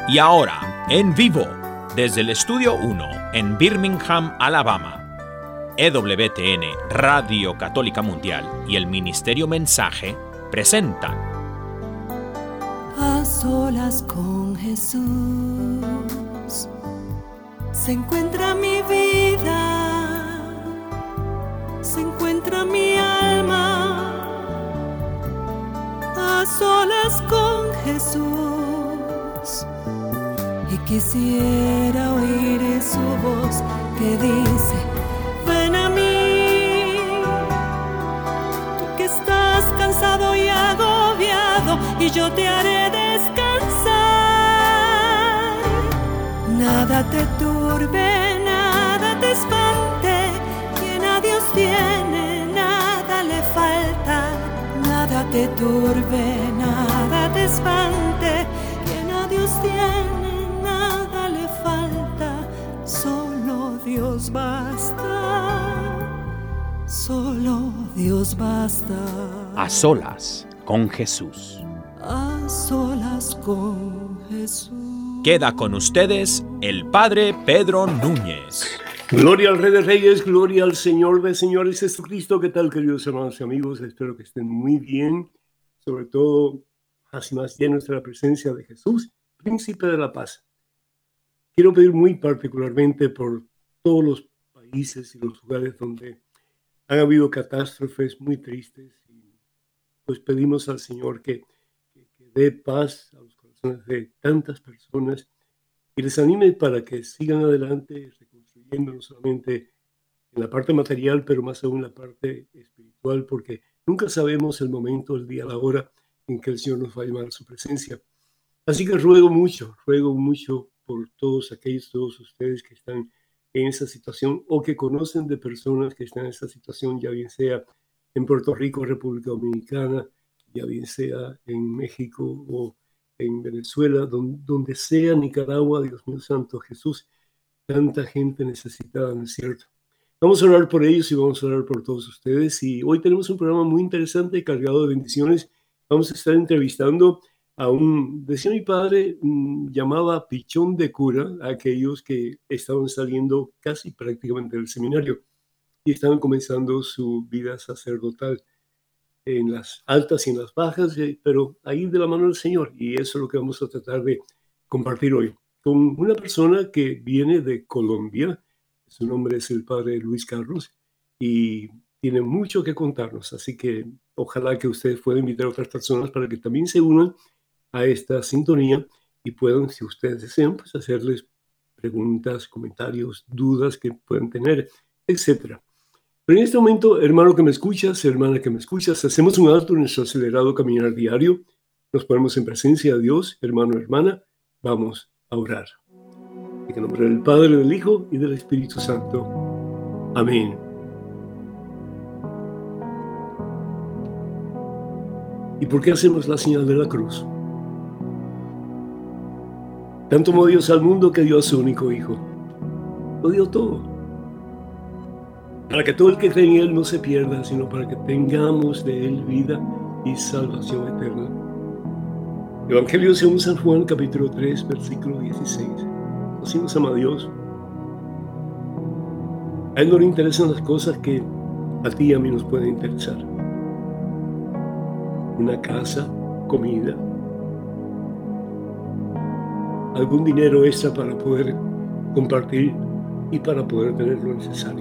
Y ahora, en vivo, desde el Estudio 1 en Birmingham, Alabama, EWTN Radio Católica Mundial y el Ministerio Mensaje presentan A solas con Jesús se encuentra mi vida, se encuentra mi alma. A solas con Jesús, y quisiera oír su voz que dice: ven a mí, tú que estás cansado y agobiado, y yo te haré descansar. Nada te turbe, nada te espante, quien a Dios tiene, nada le falta. Nada te turbe, nada te espante, quien a Dios tiene, nada le falta. Solo Dios basta, solo Dios basta. A solas con Jesús. A solas con Jesús. Queda con ustedes el Padre Pedro Núñez. Gloria al Rey de Reyes, gloria al Señor de Señores, Jesucristo. ¿Qué tal, queridos hermanos y amigos? Espero que estén muy bien, sobre todo más y más llenos de la presencia de Jesús, Príncipe de la Paz. Quiero pedir muy particularmente por todos los países y los lugares donde han habido catástrofes muy tristes, y pues pedimos al Señor que dé paz a los corazones de tantas personas y les anime para que sigan adelante, reconstruyendo no solamente en la parte material, pero más aún en la parte espiritual, porque nunca sabemos el momento, el día, la hora en que el Señor nos va a llamar a su presencia. Así que ruego mucho por todos ustedes que están en esa situación o que conocen de personas que están en esa situación, ya bien sea en Puerto Rico, República Dominicana, ya bien sea en México o en Venezuela, donde sea, Nicaragua. Dios mío santo, Jesús, tanta gente necesitada, ¿no es cierto? Vamos a orar por ellos y vamos a orar por todos ustedes. Y hoy tenemos un programa muy interesante, cargado de bendiciones. Vamos a estar entrevistando a decía mi padre, llamaba pichón de cura a aquellos que estaban saliendo casi prácticamente del seminario y estaban comenzando su vida sacerdotal, en las altas y en las bajas, pero ahí de la mano del Señor. Y eso es lo que vamos a tratar de compartir hoy con una persona que viene de Colombia. Su nombre es el padre Luis Carlos y tiene mucho que contarnos, así que ojalá que ustedes puedan invitar a otras personas para que también se unan a esta sintonía y puedan, si ustedes desean, pues hacerles preguntas, comentarios, dudas que puedan tener, etcétera. Pero en este momento, hermano que me escuchas, hermana que me escuchas, hacemos un alto en nuestro acelerado caminar diario, nos ponemos en presencia de Dios, hermano, hermana, vamos a orar. En el nombre del Padre, del Hijo y del Espíritu Santo. Amén. ¿Y por qué hacemos la señal de la cruz? Tanto amó Dios al mundo que dio a su único Hijo. Lo dio todo, para que todo el que cree en Él no se pierda, sino para que tengamos de Él vida y salvación eterna. Evangelio según San Juan, capítulo 3, versículo 16. Así nos ama Dios. A Él no le interesan las cosas que a ti y a mí nos pueden interesar. Una casa, comida, algún dinero extra para poder compartir y para poder tener lo necesario.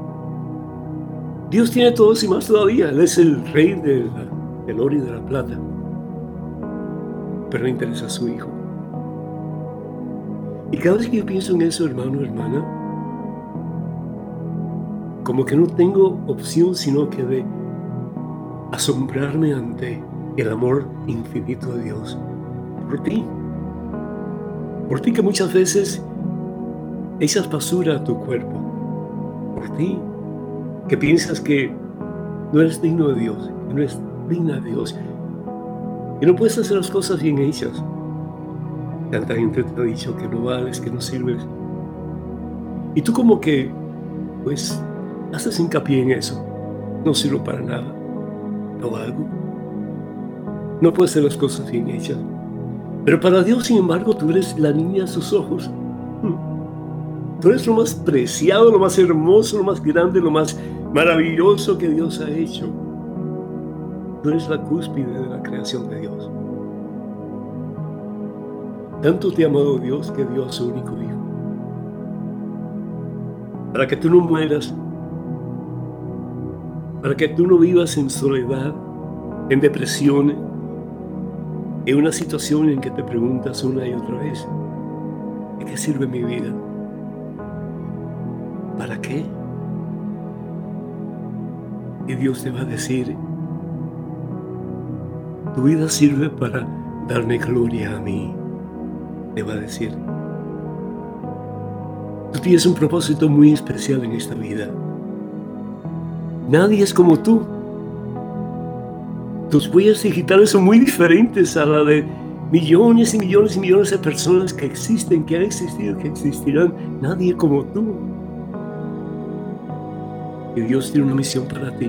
Dios tiene todo y más todavía. Él es el rey del oro y de la plata, pero le interesa a su Hijo. Y cada vez que yo pienso en eso, hermano, hermana, como que no tengo opción sino que de asombrarme ante el amor infinito de Dios por ti que muchas veces echas basura a tu cuerpo, por ti que piensas que no eres digno de Dios, que no eres digna de Dios, que no puedes hacer las cosas bien hechas. Tanta gente te ha dicho que no vales, que no sirves, y tú como que pues haces hincapié en eso. No sirvo para nada, no valgo, no puedo hacer las cosas bien hechas. Pero para Dios, sin embargo, tú eres la niña de sus ojos. Tú eres lo más preciado, lo más hermoso, lo más grande, lo más maravilloso que Dios ha hecho. Tú eres la cúspide de la creación de Dios. Tanto te ha amado Dios que dio a su único Hijo, para que tú no mueras, para que tú no vivas en soledad, en depresión, en una situación en que te preguntas una y otra vez, ¿de qué sirve mi vida? ¿Para qué? Y Dios te va a decir, tu vida sirve para darme gloria a mí. Te va a decir, tú tienes un propósito muy especial en esta vida. Nadie es como tú. Tus huellas digitales son muy diferentes a la de millones y millones y millones de personas que existen, que han existido, que existirán. Nadie como tú. Y Dios tiene una misión para ti.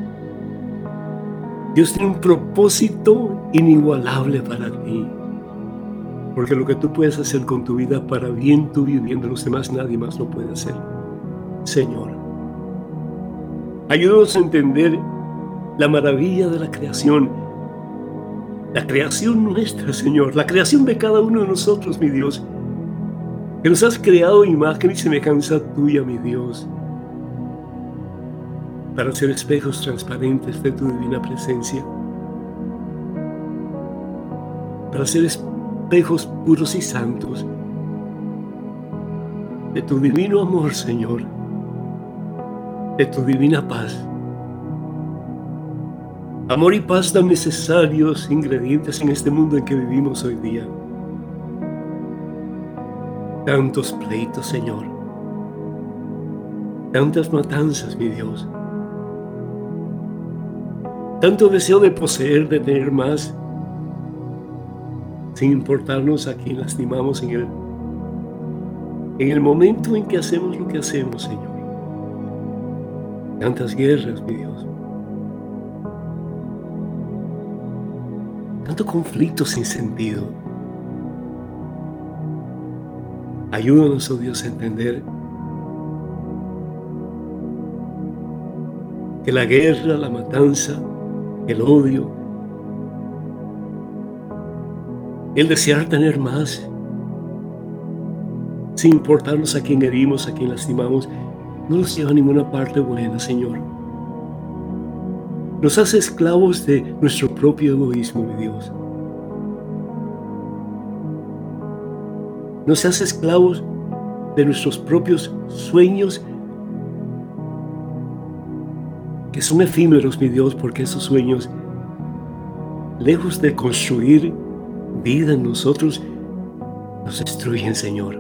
Dios tiene un propósito inigualable para ti. Porque lo que tú puedes hacer con tu vida para bien tú viviendo, los demás nadie más lo puede hacer. Señor, ayúdanos a entender la maravilla de la creación nuestra, Señor, la creación de cada uno de nosotros, mi Dios, que nos has creado imagen y semejanza tuya, mi Dios, para ser espejos transparentes de tu divina presencia, para ser espejos puros y santos de tu divino amor, Señor, de tu divina paz. Amor y paz tan necesarios ingredientes en este mundo en que vivimos hoy día. Tantos pleitos, Señor. Tantas matanzas, mi Dios. Tanto deseo de poseer, de tener más, sin importarnos a quien lastimamos en el momento en que hacemos lo que hacemos, Señor. Tantas guerras, mi Dios. Tanto conflicto sin sentido. Ayúdanos, oh Dios, a entender que la guerra, la matanza, el odio, el desear tener más, sin importarnos a quién herimos, a quién lastimamos, no nos lleva a ninguna parte buena, Señor. Nos hace esclavos de nuestro propio egoísmo, mi Dios. Nos hace esclavos de nuestros propios sueños, que son efímeros, mi Dios, porque esos sueños, lejos de construir vida en nosotros, nos destruyen, Señor.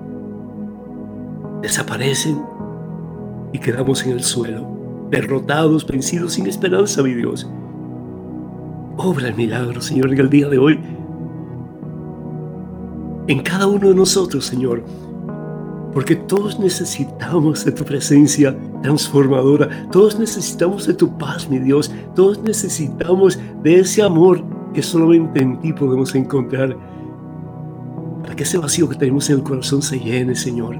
Desaparecen y quedamos en el suelo, derrotados, vencidos, sin esperanza, mi Dios. Obra el milagro, Señor, en el día de hoy, en cada uno de nosotros, Señor, porque todos necesitamos de tu presencia transformadora, todos necesitamos de tu paz, mi Dios, todos necesitamos de ese amor que solamente en ti podemos encontrar, para que ese vacío que tenemos en el corazón se llene, Señor.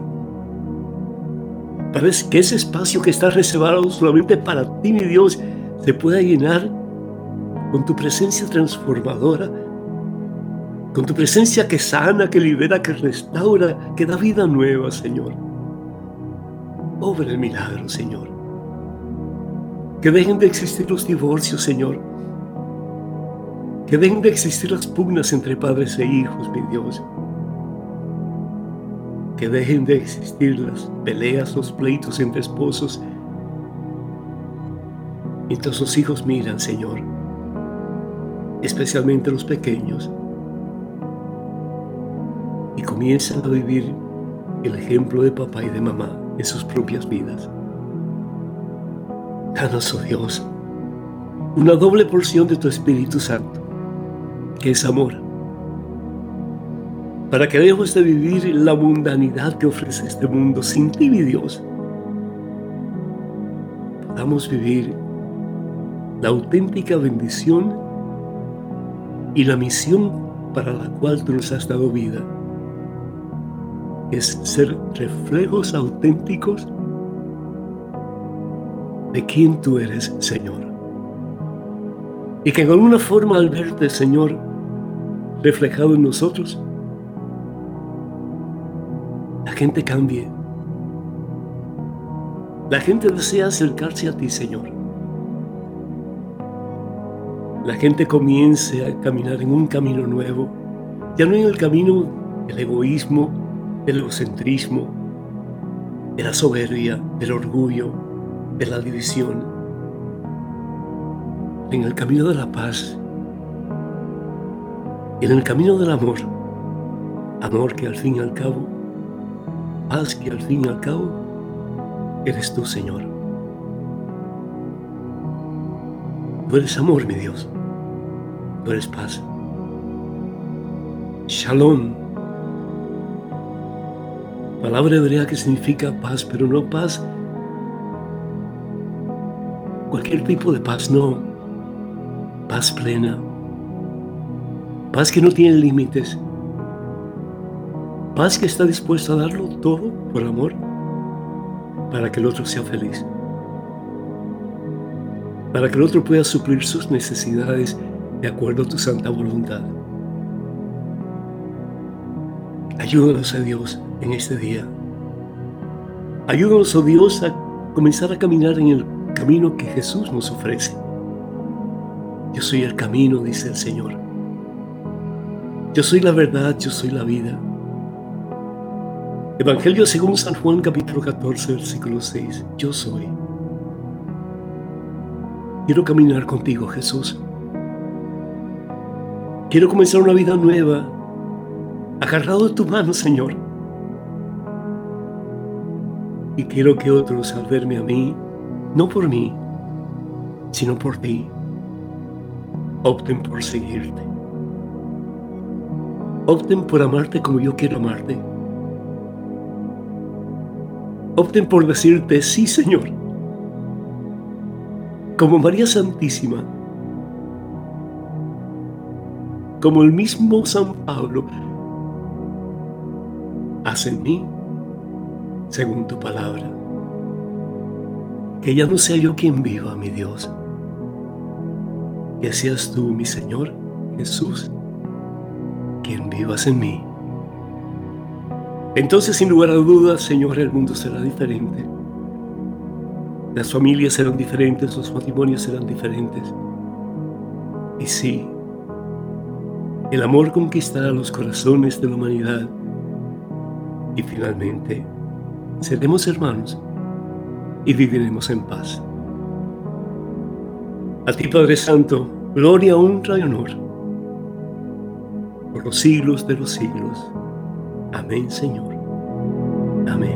Para que ese espacio que está reservado solamente para ti, mi Dios, se pueda llenar con tu presencia transformadora, con tu presencia que sana, que libera, que restaura, que da vida nueva, Señor. Obra el milagro, Señor. Que dejen de existir los divorcios, Señor. Que dejen de existir las pugnas entre padres e hijos, mi Dios. Que dejen de existir las peleas, los pleitos entre esposos, mientras los hijos miran, Señor, especialmente los pequeños, y comienzan a vivir el ejemplo de papá y de mamá en sus propias vidas. Danos, oh Dios, una doble porción de tu Espíritu Santo, que es amor, para que dejemos de vivir la mundanidad que ofrece este mundo sin ti, mi Dios. Podamos vivir la auténtica bendición y la misión para la cual tú nos has dado vida, es ser reflejos auténticos de quién tú eres, Señor. Y que en alguna forma, al verte, Señor, reflejado en nosotros, la gente cambie. La gente desea acercarse a ti, Señor. La gente comience a caminar en un camino nuevo, ya no en el camino del egoísmo, del egocentrismo, de la soberbia, del orgullo, de la división, en el camino de la paz, y en el camino del amor, amor que al fin y al cabo, paz que al fin y al cabo, eres tú, Señor. Tú eres amor, mi Dios. Tú eres paz. Shalom. Palabra hebrea que significa paz, pero no paz. Cualquier tipo de paz, no. Paz plena. Paz que no tiene límites. Paz que está dispuesta a darlo todo por amor para que el otro sea feliz. Para que el otro pueda suplir sus necesidades de acuerdo a tu santa voluntad. Ayúdanos, oh Dios, en este día. Ayúdanos, oh Dios, a comenzar a caminar en el camino que Jesús nos ofrece. Yo soy el camino, dice el Señor. Yo soy la verdad, yo soy la vida. Evangelio según San Juan, capítulo 14, versículo 6. Yo soy. Quiero caminar contigo, Jesús. Quiero comenzar una vida nueva, agarrado de tu mano, Señor. Y quiero que otros, al verme a mí, no por mí, sino por ti, opten por seguirte. Opten por amarte como yo quiero amarte. Opten por decirte, sí, Señor. Como María Santísima, como el mismo San Pablo, haz en mí según tu palabra. Que ya no sea yo quien viva, mi Dios. Que seas tú, mi Señor Jesús, quien vivas en mí. Entonces, sin lugar a dudas, Señor, el mundo será diferente. Las familias serán diferentes, los matrimonios serán diferentes. Y sí, el amor conquistará los corazones de la humanidad. Y finalmente, seremos hermanos y viviremos en paz. A ti, Padre Santo, gloria, honra y honor por los siglos de los siglos. Amén, Señor. Amén.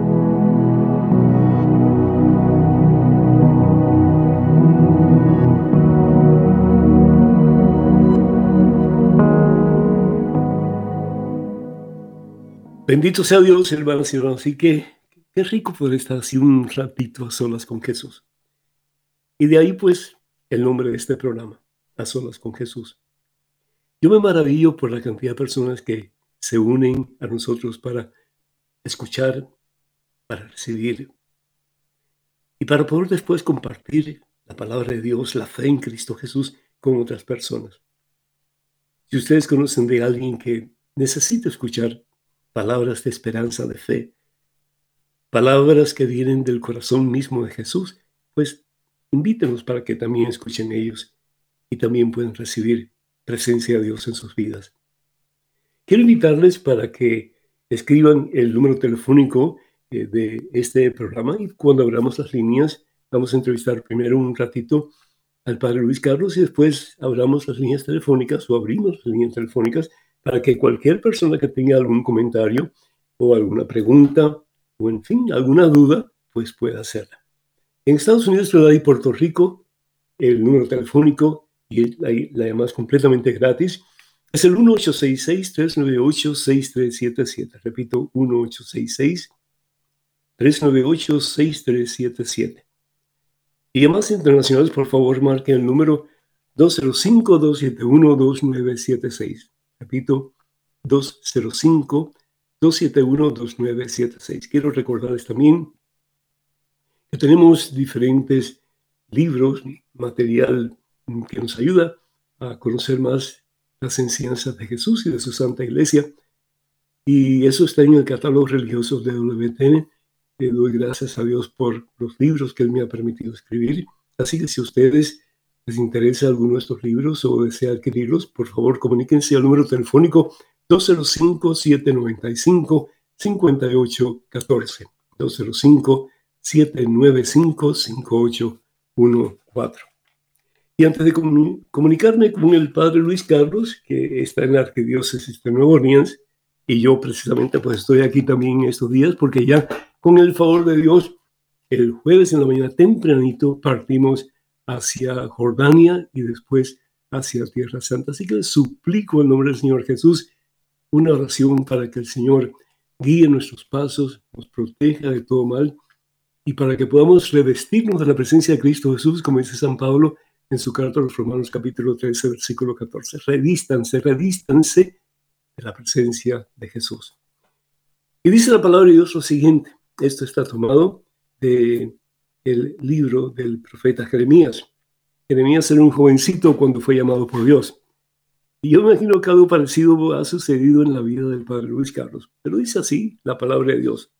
Bendito sea Dios, hermanos y hermanos. Así que qué rico poder estar así un ratito a solas con Jesús. Y de ahí, pues, el nombre de este programa, A Solas con Jesús. Yo me maravillo por la cantidad de personas que se unen a nosotros para escuchar, para recibir y para poder después compartir la palabra de Dios, la fe en Cristo Jesús con otras personas. Si ustedes conocen de alguien que necesita escuchar palabras de esperanza, de fe, palabras que vienen del corazón mismo de Jesús, pues invítenlos para que también escuchen ellos y también puedan recibir presencia de Dios en sus vidas. Quiero invitarles para que escriban el número telefónico de este programa y cuando abramos las líneas vamos a entrevistar primero un ratito al Padre Luis Carlos y después abramos las líneas telefónicas o abrimos las líneas telefónicas para que cualquier persona que tenga algún comentario o alguna pregunta o en fin, alguna duda, pues pueda hacerla. En Estados Unidos y Puerto Rico, el número telefónico y la llamada es completamente gratis. Es el 1-866-398-6377. Repito, 1-866-398-6377. Y llamadas internacionales, por favor, marquen el número 205-271-2976. Repito, 205-271-2976. Quiero recordarles también que tenemos diferentes libros, material que nos ayuda a conocer más las enseñanzas de Jesús y de su Santa Iglesia. Y eso está en el catálogo religioso de WTN. Le doy gracias a Dios por los libros que Él me ha permitido escribir. Así que si a ustedes les interesa alguno de estos libros o desea adquirirlos, por favor comuníquense al número telefónico 205-795-5814. 205-795-5814. Y antes de comunicarme con el padre Luis Carlos, que está en la Arquidiócesis de Nueva Orleans, y yo precisamente pues estoy aquí también estos días, porque ya con el favor de Dios, el jueves en la mañana tempranito partimos hacia Jordania y después hacia Tierra Santa. Así que les suplico en nombre del Señor Jesús una oración para que el Señor guíe nuestros pasos, nos proteja de todo mal y para que podamos revestirnos de la presencia de Cristo Jesús, como dice San Pablo en su carta a los Romanos capítulo 13, versículo 14. Revístanse de la presencia de Jesús. Y dice la palabra de Dios lo siguiente. Esto está tomado del libro del profeta Jeremías. Jeremías era un jovencito cuando fue llamado por Dios. Y yo me imagino que algo parecido ha sucedido en la vida del padre Luis Carlos. Pero dice así la palabra de Dios.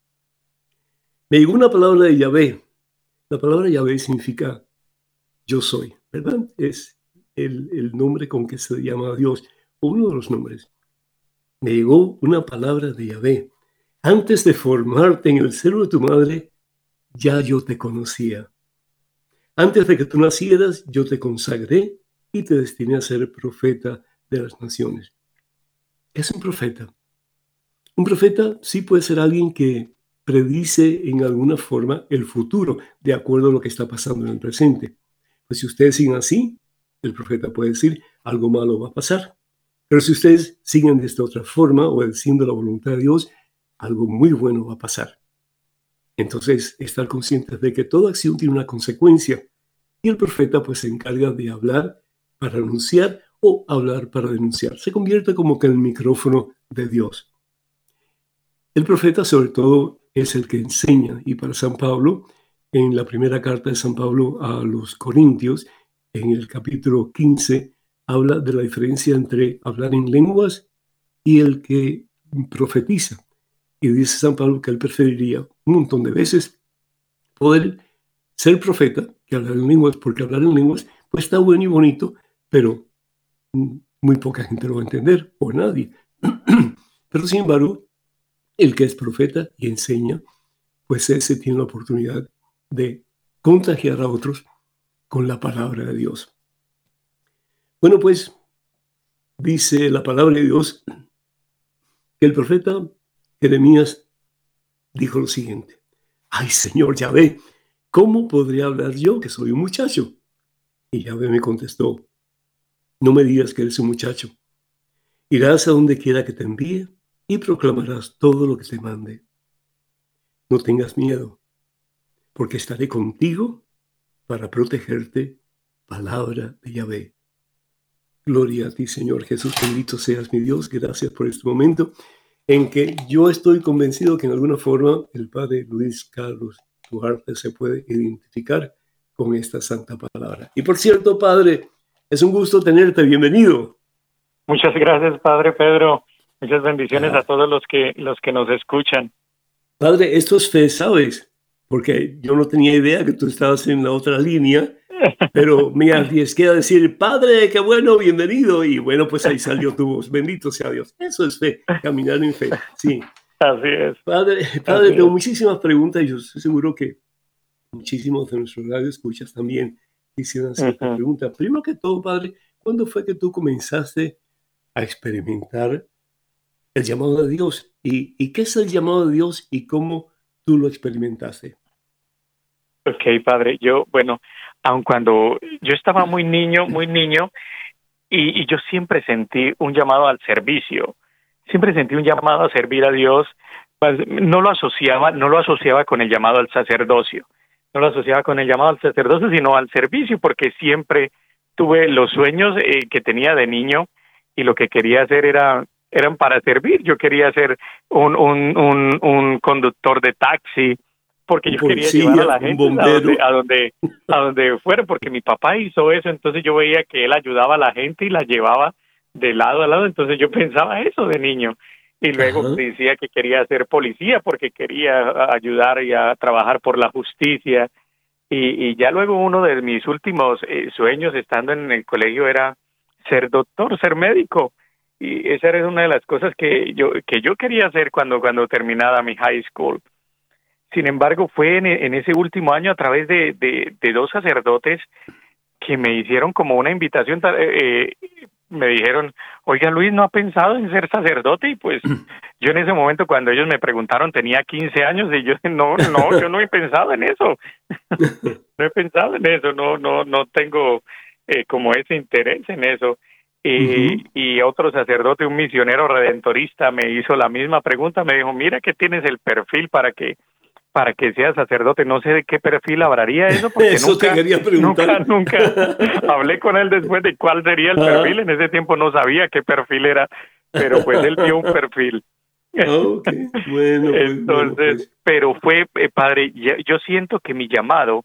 Me llegó una palabra de Yahvé. La palabra Yahvé significa yo soy, ¿verdad? Es el nombre con que se llama a Dios, o uno de los nombres. Me llegó una palabra de Yahvé. Antes de formarte en el seno de tu madre, ya yo te conocía. Antes de que tú nacieras, yo te consagré y te destiné a ser profeta de las naciones. Es un profeta. Un profeta sí puede ser alguien que predice en alguna forma el futuro, de acuerdo a lo que está pasando en el presente. Pues si ustedes siguen así, el profeta puede decir, algo malo va a pasar. Pero si ustedes siguen de esta otra forma, obedeciendo la voluntad de Dios, algo muy bueno va a pasar. Entonces, estar conscientes de que toda acción tiene una consecuencia. Y el profeta pues se encarga de hablar para anunciar o hablar para denunciar. Se convierte como que en el micrófono de Dios. El profeta sobre todo es el que enseña. Y para San Pablo, en la primera carta de San Pablo a los Corintios, en el capítulo 15, habla de la diferencia entre hablar en lenguas y el que profetiza. Y dice San Pablo que él preferiría un montón de veces poder ser profeta que hablar en lenguas, porque hablar en lenguas pues está bueno y bonito, pero muy poca gente lo va a entender, o nadie. Pero sin embargo, el que es profeta y enseña, pues ese tiene la oportunidad de contagiar a otros con la palabra de Dios. Bueno, pues dice la palabra de Dios que el profeta Jeremías dijo lo siguiente. Ay, Señor Yahvé, ¿cómo podría hablar yo que soy un muchacho? Y Yahvé me contestó, no me digas que eres un muchacho. Irás a donde quiera que te envíe y proclamarás todo lo que te mande. No tengas miedo, porque estaré contigo para protegerte. Palabra de Yahvé. Gloria a ti, Señor Jesús, bendito seas mi Dios. Gracias por este momento en que yo estoy convencido que en alguna forma el padre Luis Carlos Duarte se puede identificar con esta santa palabra. Y por cierto, padre, es un gusto tenerte. Bienvenido. Muchas gracias, padre Pedro. Muchas bendiciones a todos los que nos escuchan. Padre, esto es fe, ¿sabes? Porque yo no tenía idea que tú estabas en la otra línea, pero me arriesgué a decir, padre, qué bueno, bienvenido. Y bueno, pues ahí salió tu voz. Bendito sea Dios. Eso es fe, caminar en fe. Sí. Así es. Padre, tengo muchísimas preguntas y yo estoy seguro que muchísimos de nuestros radioescuchas también quisieran hacer esta pregunta. Primero que todo, padre, ¿cuándo fue que tú comenzaste a experimentar el llamado de Dios? ¿Y qué es el llamado de Dios y cómo tú lo experimentaste? Ok, padre, aun cuando yo estaba muy niño, y yo siempre sentí un llamado al servicio, siempre sentí un llamado a servir a Dios. No lo asociaba con el llamado al sacerdocio, sino al servicio, porque siempre tuve los sueños que tenía de niño, y lo que quería hacer eran para servir. Yo quería ser un conductor de taxi, porque yo quería llevar a la gente a donde fuera, porque mi papá hizo eso, entonces yo veía que él ayudaba a la gente y la llevaba de lado a lado, entonces yo pensaba eso de niño. Y luego decía que quería ser policía porque quería ayudar y a trabajar por la justicia. Y ya luego uno de mis últimos sueños estando en el colegio era ser doctor, ser médico. Y esa era una de las cosas que yo quería hacer cuando terminaba mi high school. Sin embargo, fue en ese último año a través de dos sacerdotes que me hicieron como una invitación. Me dijeron, oiga, Luis, ¿no ha pensado en ser sacerdote? Y pues yo en ese momento, cuando ellos me preguntaron, tenía 15 años y yo, no, yo no he pensado en eso. No he pensado en eso, no tengo como ese interés en eso. Y otro sacerdote, un misionero redentorista, me hizo la misma pregunta, me dijo, mira que tienes el perfil para que seas sacerdote. No sé de qué perfil hablaría eso, porque eso te quería preguntar. Nunca hablé con él después de cuál sería el perfil. En ese tiempo no sabía qué perfil era, pero pues él vio un perfil. Okay. Bueno, entonces, pero fue, padre, yo siento que mi llamado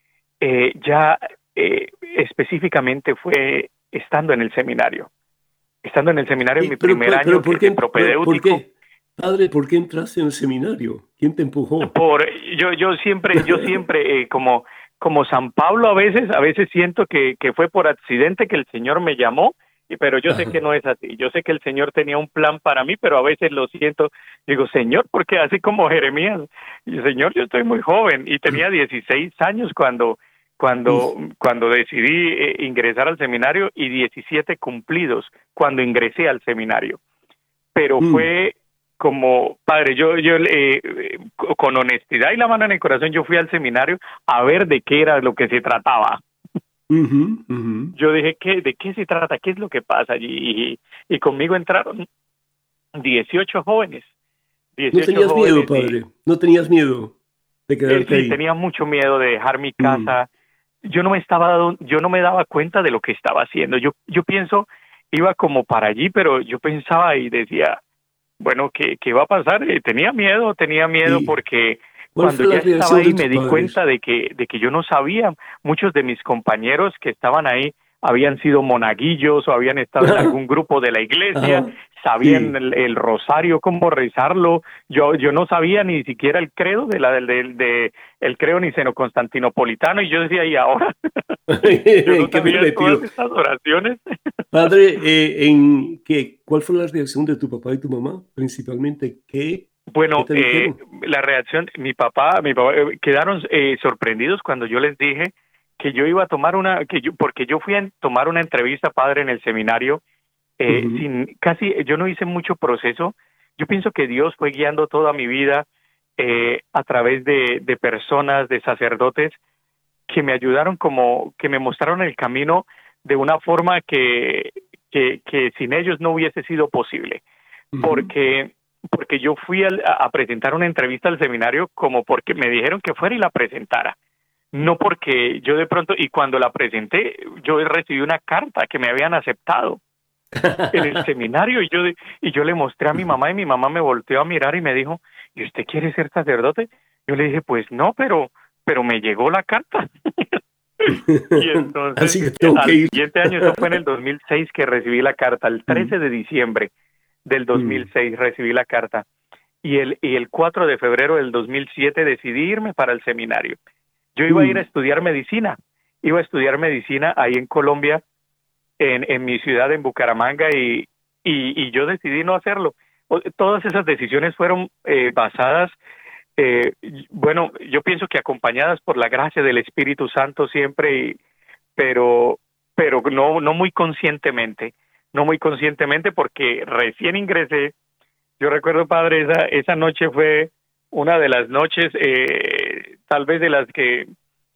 específicamente fue estando en el seminario. Estando en el seminario en mi primer año propedéutico. ¿Por qué? Padre, ¿por qué entraste en el seminario? ¿Quién te empujó? Yo siempre como San Pablo a veces siento que fue por accidente que el Señor me llamó, pero yo sé que no es así. Yo sé que el Señor tenía un plan para mí, pero a veces lo siento. Digo, Señor, porque así como Jeremías, Señor, yo estoy muy joven y tenía 16 años cuando decidí ingresar al seminario y 17 cumplidos cuando ingresé al seminario. Pero fue como, padre, yo con honestidad y la mano en el corazón, yo fui al seminario a ver de qué era lo que se trataba. Yo dije, ¿de qué se trata? ¿Qué es lo que pasa allí? Y conmigo entraron 18 jóvenes. 18 ¿No tenías jóvenes, miedo, padre? ¿No tenías miedo de quedarte ahí? Tenía mucho miedo de dejar mi casa. Yo no me daba cuenta de lo que estaba haciendo. Yo pienso, iba como para allí, pero yo pensaba y decía, bueno, ¿qué va a pasar? Tenía miedo porque cuando ya estaba ahí me di cuenta de que yo no sabía. Muchos de mis compañeros que estaban ahí habían sido monaguillos o habían estado en algún grupo de la iglesia, sabían el rosario, cómo rezarlo. Yo no sabía ni siquiera el credo el credo niceno-constantinopolitano, y yo decía, ¿y ahora? Yo no sabía todas estas oraciones. Padre, ¿cuál fue la reacción de tu papá y tu mamá? Principalmente, Bueno, la reacción, mi papá quedaron sorprendidos cuando yo les dije que yo iba a tomar porque yo fui a tomar una entrevista, padre, en el seminario, yo no hice mucho proceso. Yo pienso que Dios fue guiando toda mi vida a través de personas, de sacerdotes, que me ayudaron, como que me mostraron el camino de una forma que sin ellos no hubiese sido posible. Porque yo fui a presentar una entrevista al seminario como porque me dijeron que fuera y la presentara. No porque yo de pronto, y cuando la presenté, yo recibí una carta que me habían aceptado en el seminario, y yo le mostré a mi mamá, y mi mamá me volteó a mirar y me dijo, ¿y usted quiere ser sacerdote? Yo le dije, pues no, pero me llegó la carta. Y entonces, al siguiente año, eso fue en el 2006 que recibí la carta, el 13 de diciembre del 2006 recibí la carta, y el 4 de febrero del 2007 decidí irme para el seminario. Yo iba a ir a estudiar medicina ahí en Colombia, en mi ciudad, en Bucaramanga, y yo decidí no hacerlo. Todas esas decisiones fueron basadas, yo pienso que acompañadas por la gracia del Espíritu Santo siempre, pero no muy conscientemente, porque recién ingresé. Yo recuerdo, padre, esa noche fue una de las noches, tal vez de las que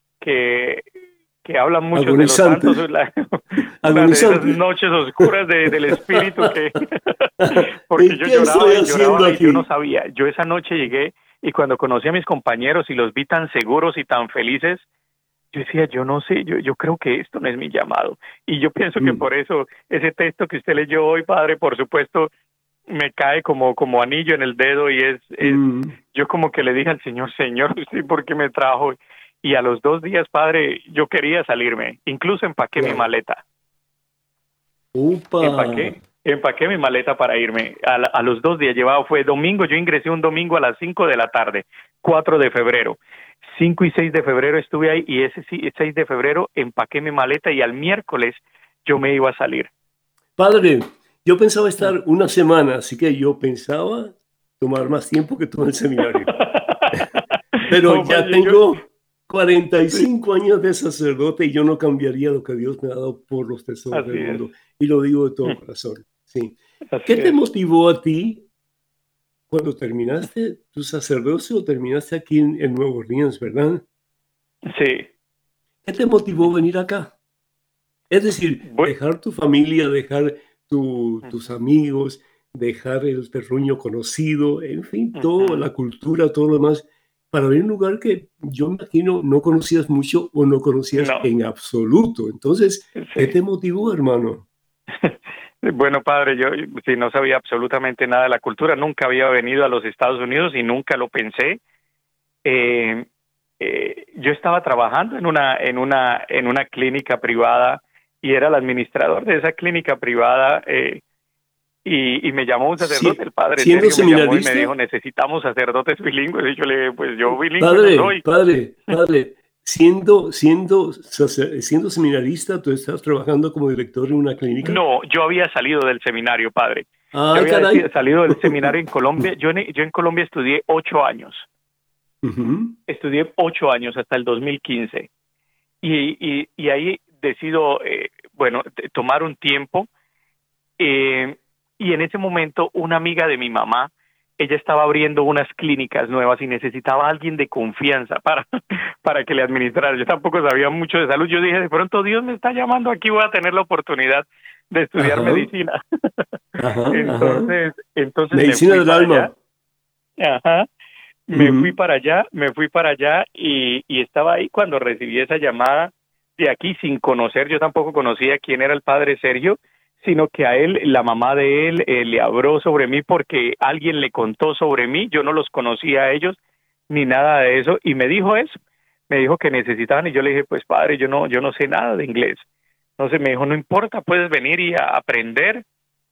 hablan mucho de los santos, una de esas noches oscuras del espíritu, porque yo lloraba y yo no sabía. Yo esa noche llegué, y cuando conocí a mis compañeros y los vi tan seguros y tan felices, yo decía, yo no sé, yo creo que esto no es mi llamado. Y yo pienso que por eso ese texto que usted leyó hoy, padre, por supuesto, me cae como anillo en el dedo y yo como que le dije al Señor, Señor, sí, ¿por qué me trajo? Y a los 2 días, padre, yo quería salirme, incluso empaqué mi maleta. Empaqué mi maleta para irme. A los 2 días fue domingo, yo ingresé un domingo a las 5 de la tarde, 4 de febrero. 5 y 6 de febrero estuve ahí y ese 6 de febrero empaqué mi maleta y al miércoles yo me iba a salir. Padre, yo pensaba estar una semana, así que yo pensaba tomar más tiempo que todo el seminario. Pero no, ya tengo 45 años de sacerdote y yo no cambiaría lo que Dios me ha dado por los tesoros del mundo. Y lo digo de todo corazón. Sí. ¿Qué te motivó a ti cuando terminaste tu sacerdocio? Terminaste aquí en Nueva Orleans, ¿verdad? Sí. ¿Qué te motivó a venir acá? Es decir, dejar tu familia, dejar tus amigos, dejar el terruño conocido, en fin, toda la cultura, todo lo demás, para ver un lugar que yo me imagino no conocías mucho o no conocías en absoluto. Entonces, ¿qué te motivó, hermano? Bueno, padre, yo sí, no sabía absolutamente nada de la cultura, nunca había venido a los Estados Unidos y nunca lo pensé. Yo estaba trabajando en una clínica privada y era el administrador de esa clínica privada y me llamó un sacerdote, el padre Sergio me llamó y me dijo, necesitamos sacerdotes bilingües. Y yo le dije, pues yo bilingüe no soy. Padre, siendo seminarista, ¿tú estás trabajando como director en una clínica? No, yo había salido del seminario, padre. Yo había salido del seminario en Colombia. Yo en Colombia estudié 8 años. Estudié 8 años hasta el 2015. Y ahí decido, tomar un tiempo. Y en ese momento, una amiga de mi mamá, ella estaba abriendo unas clínicas nuevas y necesitaba a alguien de confianza para que le administrara. Yo tampoco sabía mucho de salud. Yo dije, de pronto Dios me está llamando, aquí voy a tener la oportunidad de estudiar medicina. Entonces medicina del alma. Me fui para allá y estaba ahí cuando recibí esa llamada de aquí sin conocer. Yo tampoco conocía quién era el padre Sergio, sino que a él, la mamá de él, le habló sobre mí porque alguien le contó sobre mí. Yo no los conocía a ellos ni nada de eso y me dijo eso. Me dijo que necesitaban y yo le dije, pues padre, yo no sé nada de inglés. Entonces me dijo, no importa, puedes venir y a aprender.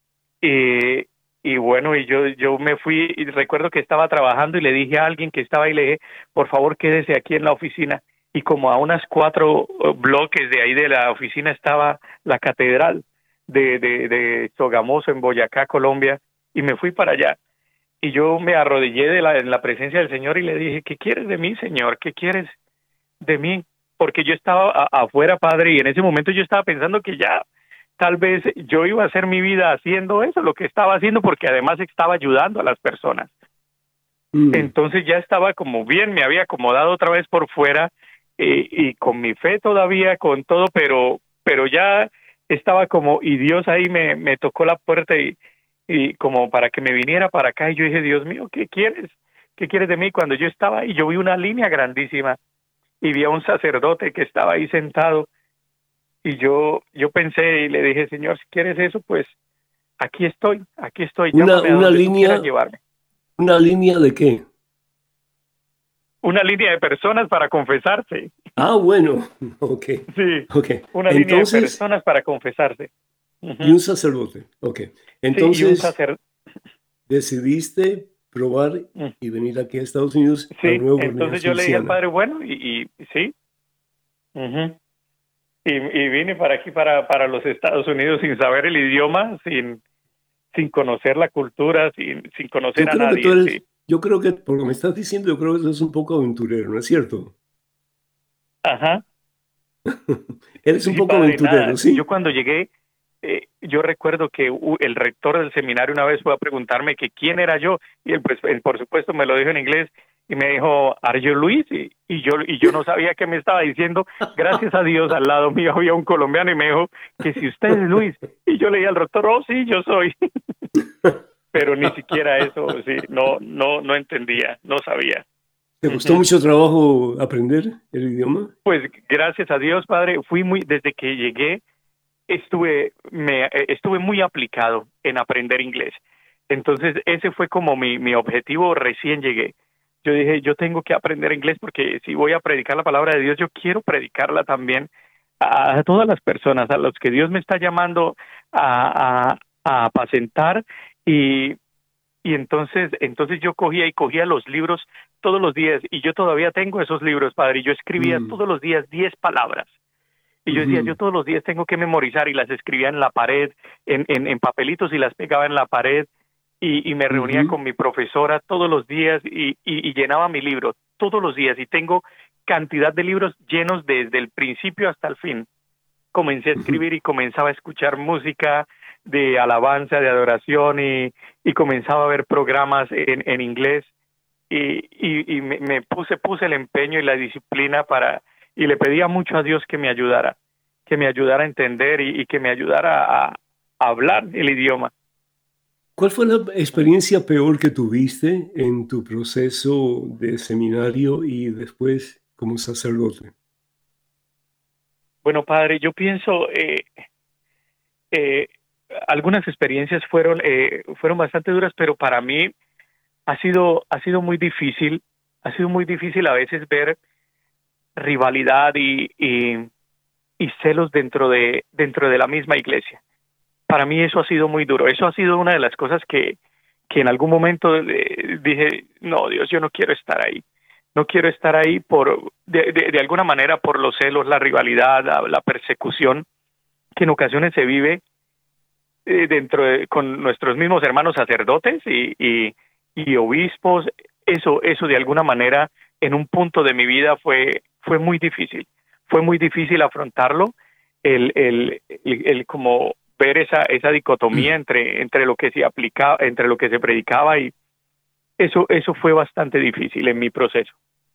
Y bueno, y yo me fui y recuerdo que estaba trabajando y le dije a alguien que estaba ahí, le dije, por favor quédese aquí en la oficina. Y como a unas 4 bloques de ahí de la oficina estaba la catedral de Sogamoso en Boyacá, Colombia, y me fui para allá. Y yo me arrodillé en la presencia del Señor y le dije, ¿qué quieres de mí, Señor? ¿Qué quieres de mí? Porque yo estaba afuera, padre, y en ese momento yo estaba pensando que ya tal vez yo iba a hacer mi vida haciendo eso, lo que estaba haciendo, porque además estaba ayudando a las personas. Entonces ya estaba como bien, me había acomodado otra vez por fuera y con mi fe todavía, con todo, pero ya estaba como, y Dios ahí me tocó la puerta y como para que me viniera para acá, y yo dije, Dios mío, ¿qué quieres? ¿Qué quieres de mí? Cuando yo estaba ahí, yo vi una línea grandísima y vi a un sacerdote que estaba ahí sentado, y yo pensé y le dije, Señor, si quieres eso, pues aquí estoy. Una línea, llevarme. ¿Una línea de qué? Una línea de personas para confesarse. Ah, bueno, ok. Sí, okay. Una línea de personas para confesarse. Y un sacerdote, ok. Entonces, decidiste probar y venir aquí a Estados Unidos. Sí, entonces yo le dije al padre, bueno, y sí. Y vine para aquí, para los Estados Unidos, sin saber el idioma, sin conocer la cultura, sin conocer a nadie. Yo creo que, por lo que me estás diciendo, yo creo que eres un poco aventurero, ¿no es cierto? Ajá. Eres un poco aventurero, ¿sí? Yo cuando llegué, yo recuerdo que el rector del seminario una vez fue a preguntarme que quién era yo, y él, pues, por supuesto, me lo dijo en inglés, y me dijo, ¿Are you Luis? Y yo no sabía qué me estaba diciendo. Gracias a Dios, al lado mío había un colombiano y me dijo que si usted es Luis. Y yo le dije al rector, oh, sí, yo soy. Pero ni siquiera eso, sí, no entendía, no sabía. ¿Te costó mucho trabajo aprender el idioma? Pues gracias a Dios, padre, desde que llegué, estuve muy aplicado en aprender inglés. Entonces, ese fue como mi objetivo recién llegué. Yo dije, yo tengo que aprender inglés porque si voy a predicar la palabra de Dios, yo quiero predicarla también a todas las personas, a los que Dios me está llamando a apacentar. Y entonces yo cogía los libros todos los días, y yo todavía tengo esos libros, padre, y yo escribía todos los días 10 palabras. Y yo decía, yo todos los días tengo que memorizar, y las escribía en la pared, en papelitos, y las pegaba en la pared, y me reunía con mi profesora todos los días, y llenaba mi libro todos los días, y tengo cantidad de libros llenos desde el principio hasta el fin. Comencé a escribir y comenzaba a escuchar música de alabanza, de adoración, y comenzaba a ver programas en inglés, y me puse el empeño y la disciplina y le pedía mucho a Dios que me ayudara a entender y que me ayudara a hablar el idioma. ¿Cuál fue la experiencia peor que tuviste en tu proceso de seminario y después como sacerdote? Bueno, padre, yo pienso algunas experiencias fueron bastante duras, pero para mí ha sido muy difícil. Ha sido muy difícil a veces ver rivalidad y celos dentro de la misma iglesia. Para mí eso ha sido muy duro. Eso ha sido una de las cosas que en algún momento dije, no, Dios, yo no quiero estar ahí. No quiero estar ahí de alguna manera por los celos, la rivalidad, la persecución que en ocasiones se vive con nuestros mismos hermanos sacerdotes y obispos. Eso de alguna manera en un punto de mi vida fue muy difícil. Fue muy difícil afrontarlo, el como ver esa dicotomía entre lo que se aplicaba, entre lo que se predicaba, y eso fue bastante difícil en mi proceso.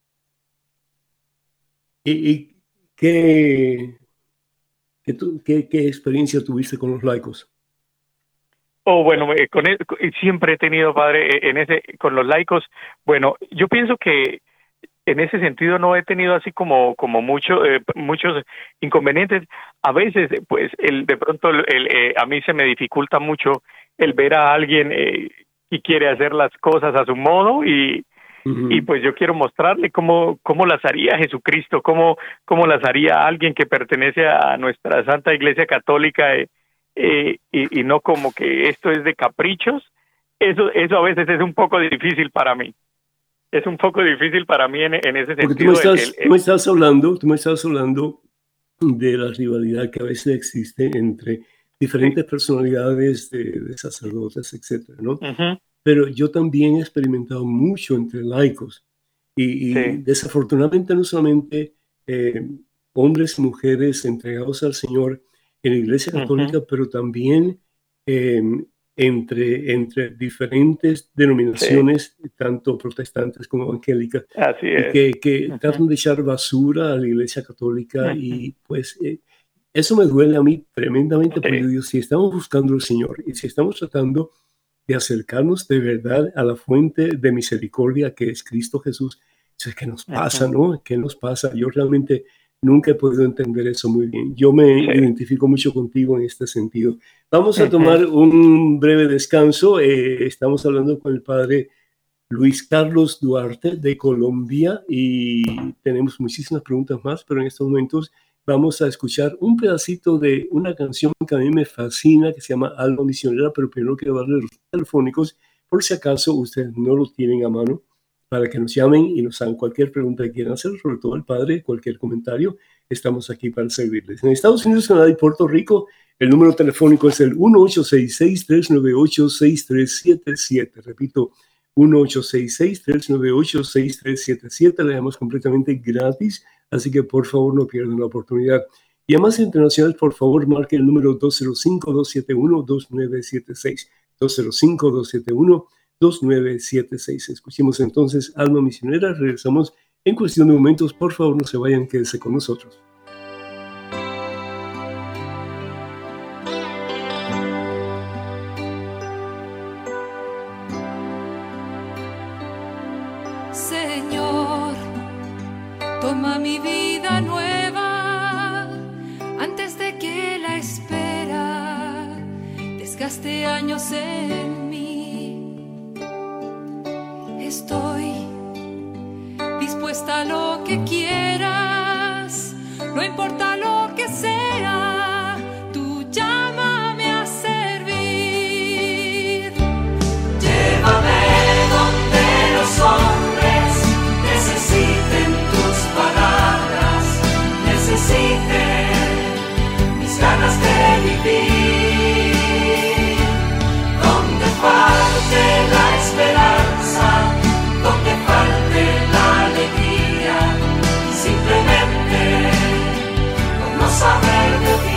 ¿Y qué experiencia tuviste con los laicos? Bueno, siempre he tenido, padre, con los laicos. Bueno, yo pienso que en ese sentido no he tenido así como muchos inconvenientes. A veces, pues, de pronto a mí se me dificulta mucho el ver a alguien y quiere hacer las cosas a su modo, y pues yo quiero mostrarle cómo las haría Jesucristo, cómo las haría alguien que pertenece a nuestra Santa Iglesia Católica, y no como que esto es de caprichos. Eso a veces es un poco difícil para mí. Es un poco difícil para mí en ese sentido. Porque tú me estás hablando de la rivalidad que a veces existe entre diferentes personalidades de sacerdotes, etcétera, ¿no? Pero yo también he experimentado mucho entre laicos y desafortunadamente no solamente hombres y mujeres entregados al Señor en la Iglesia Católica, pero también entre diferentes denominaciones, tanto protestantes como evangélicas, Así es. que tratan de echar basura a la Iglesia Católica, y pues eso me duele a mí tremendamente, porque yo digo, si estamos buscando al Señor y si estamos tratando de acercarnos de verdad a la fuente de misericordia que es Cristo Jesús, ¿qué nos pasa, no? ¿Qué nos pasa? Yo realmente nunca he podido entender eso muy bien. Yo me identifico mucho contigo en este sentido. Vamos a tomar un breve descanso. Estamos hablando con el padre Luis Carlos Duarte de Colombia y tenemos muchísimas preguntas más, pero en estos momentos vamos a escuchar un pedacito de una canción que a mí me fascina, que se llama Alma Misionera, pero primero quiero darle los telefónicos, por si acaso ustedes no lo tienen a mano, para que nos llamen y nos hagan cualquier pregunta que quieran hacer, sobre todo el padre, cualquier comentario. Estamos aquí para servirles. En Estados Unidos, Canadá y Puerto Rico, el número telefónico es el 1866-398-6377. Repito, 1866-398-6377. Le damos completamente gratis, así que por favor no pierdan la oportunidad. Y a más internacionales, por favor, marque el número 205-271-2976. 205-271-2976. Escuchemos entonces Alma Misionera. Regresamos en cuestión de momentos. Por favor, no se vayan, quédense con nosotros. Señor, Toma mi vida nueva antes de que la espera desgaste años en mí. Estoy dispuesta a lo que quieras, no importa lo que sea, tú llámame a servir. Llévame donde los hombres necesiten tus palabras, necesiten mis ganas de vivir. Donde falte la esperanza, donde falte la alegría, simplemente por no saber de ti.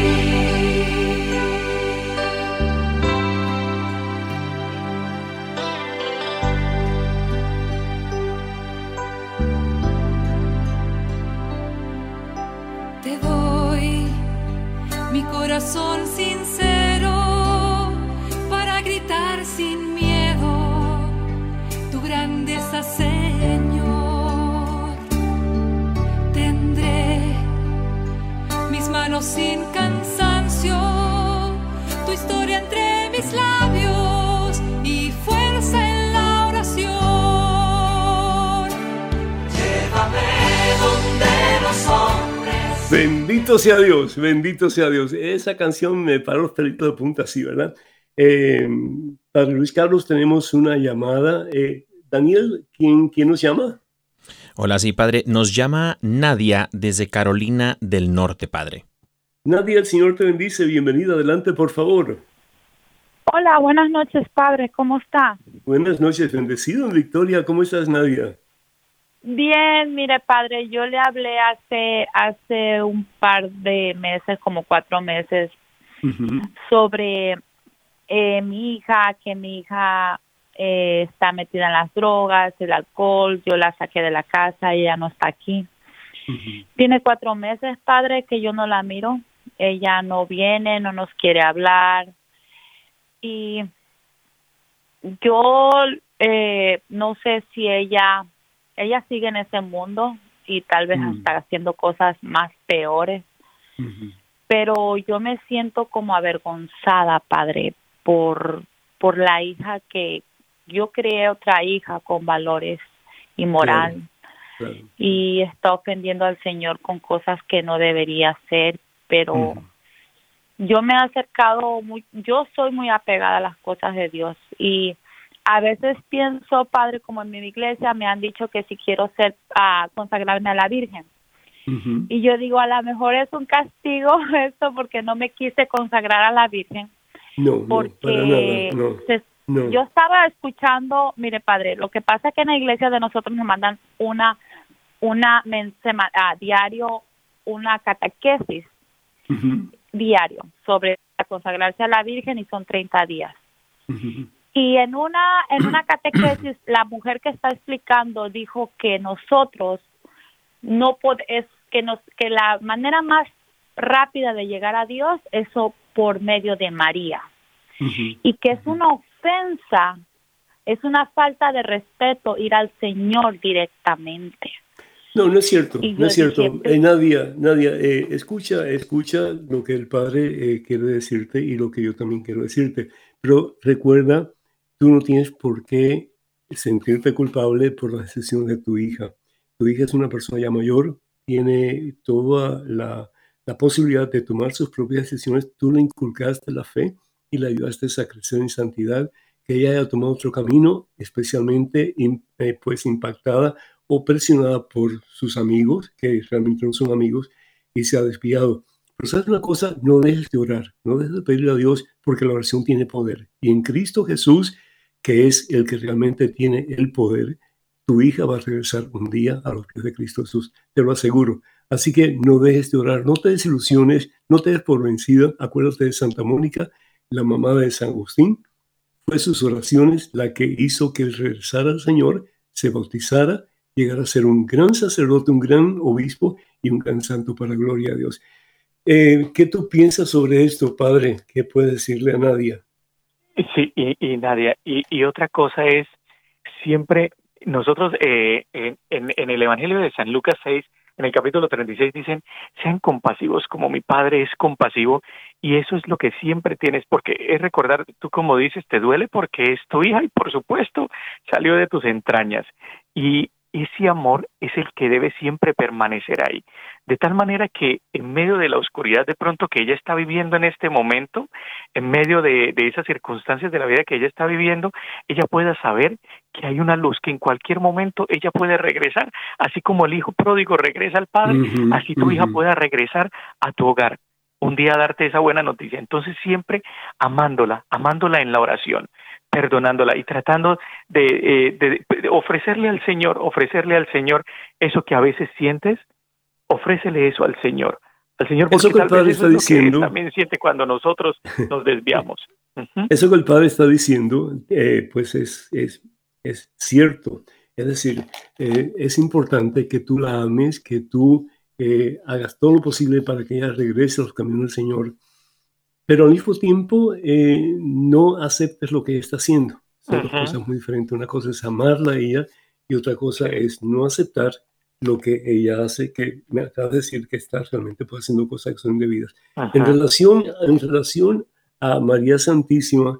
Te doy mi corazón sincero para gritar sin miedo tu grandeza, Señor. Tendré mis manos sin cansancio, tu historia entre mis labios y fuerza en la oración. Llévame donde los hombres. Bendito sea Dios, bendito sea Dios. Esa canción me paró los pelitos de punta así, ¿verdad? Padre Luis Carlos, tenemos una llamada. Daniel, ¿quién nos llama? Hola, sí, padre. Nos llama Nadia desde Carolina del Norte, padre. Nadia, el Señor te bendice. Bienvenida, adelante, por favor. Hola, buenas noches, padre. ¿Cómo está? Buenas noches, bendecido en Victoria. ¿Cómo estás, Nadia? Bien, mire, padre, yo le hablé hace un par de meses, como 4 meses, sobre mi hija, que mi hija está metida en las drogas, el alcohol. Yo la saqué de la casa y ella no está aquí. Tiene 4 meses, padre, que yo no la miro. Ella no viene, no nos quiere hablar. Y yo no sé si ella sigue en ese mundo y tal vez está haciendo cosas más peores. Pero yo me siento como avergonzada, padre, por la hija que yo creé, otra hija con valores y moral. Claro. Y está ofendiendo al Señor con cosas que no debería hacer, pero yo me he acercado, yo soy muy apegada a las cosas de Dios y a veces pienso, padre, como en mi iglesia me han dicho que si quiero consagrarme a la Virgen. Y yo digo, a lo mejor es un castigo esto porque no me quise consagrar a la Virgen. No, porque para nada, no. Yo estaba escuchando, mire, padre, lo que pasa es que en la iglesia de nosotros nos mandan diario una catequesis diario sobre consagrarse a la Virgen y son 30 días. Y en una catequesis la mujer que está explicando dijo que nosotros que la manera más rápida de llegar a Dios es por medio de María. Y que es una ofensa, es una falta de respeto ir al Señor directamente. No es cierto, no es cierto. Nadia, escucha lo que el Padre quiere decirte y lo que yo también quiero decirte. Pero recuerda, tú no tienes por qué sentirte culpable por la decisión de tu hija. Tu hija es una persona ya mayor, tiene toda la posibilidad de tomar sus propias decisiones. Tú le inculcaste la fe y le ayudaste a crecer en santidad. Que ella haya tomado otro camino, especialmente pues impactada o presionada por sus amigos, que realmente no son amigos, y se ha desviado. Pero ¿sabes una cosa? No dejes de orar, no dejes de pedirle a Dios, porque la oración tiene poder. Y en Cristo Jesús, que es el que realmente tiene el poder, tu hija va a regresar un día a los pies de Cristo Jesús, te lo aseguro. Así que no dejes de orar, no te desilusiones, no te des por vencida. Acuérdate de Santa Mónica, la mamá de San Agustín. Fue sus oraciones la que hizo que él regresara al Señor, se bautizara, llegara a ser un gran sacerdote, un gran obispo y un gran santo para la gloria de Dios. ¿Qué tú piensas sobre esto, padre? ¿Qué puedes decirle a Nadia? Sí, y Nadia, y otra cosa es, siempre Nosotros en el Evangelio de San Lucas 6, en el capítulo 36 dicen, sean compasivos como mi Padre es compasivo, y eso es lo que siempre tienes, porque es recordar, tú como dices, te duele porque es tu hija y por supuesto salió de tus entrañas, y ese amor es el que debe siempre permanecer ahí, de tal manera que en medio de la oscuridad de pronto que ella está viviendo en este momento, en medio de esas circunstancias de la vida que ella está viviendo, ella pueda saber que hay una luz, que en cualquier momento ella puede regresar, así como el hijo pródigo regresa al padre, así tu hija pueda regresar a tu hogar, un día darte esa buena noticia. Entonces siempre amándola en la oración, perdonándola y tratando de ofrecerle al Señor eso que a veces sientes, ofrécele eso al Señor, porque eso que el Padre está diciendo, que Él también siente cuando nosotros nos desviamos. Eso que el Padre está diciendo, pues es cierto. Es decir, es importante que tú la ames, que tú hagas todo lo posible para que ella regrese a los caminos del Señor, pero al mismo tiempo no aceptes lo que ella está haciendo. Son dos cosas muy diferentes. Una cosa es amarla a ella y otra cosa es no aceptar lo que ella hace, que me acaba de decir que está realmente pues, haciendo cosas que son indebidas. En relación a María Santísima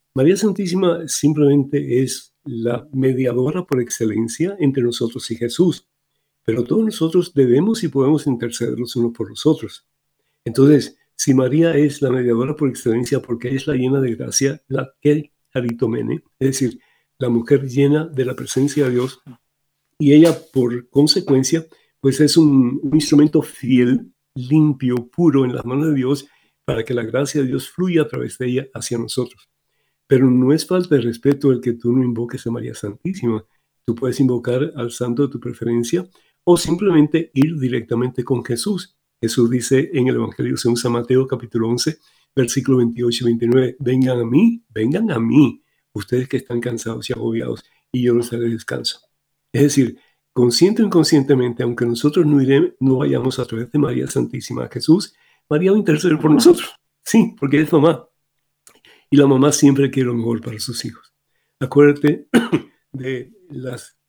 simplemente es la mediadora por excelencia entre nosotros y Jesús, pero todos nosotros debemos y podemos interceder los unos por los otros. Entonces, si María es la mediadora por excelencia porque es la llena de gracia, la que aritomene, es decir, la mujer llena de la presencia de Dios, y ella por consecuencia, pues es un instrumento fiel, limpio, puro en las manos de Dios, para que la gracia de Dios fluya a través de ella hacia nosotros. Pero no es falta de respeto el que tú no invoques a María Santísima. Tú puedes invocar al santo de tu preferencia o simplemente ir directamente con Jesús. Jesús dice en el Evangelio según San Mateo capítulo 11, versículo 28 y 29, vengan a mí, ustedes que están cansados y agobiados, y yo les daré descanso. Es decir, consciente o inconscientemente, aunque nosotros no vayamos a través de María Santísima a Jesús, María va a interceder por nosotros. Sí, porque es mamá. Y la mamá siempre quiere lo mejor para sus hijos. Acuérdate de las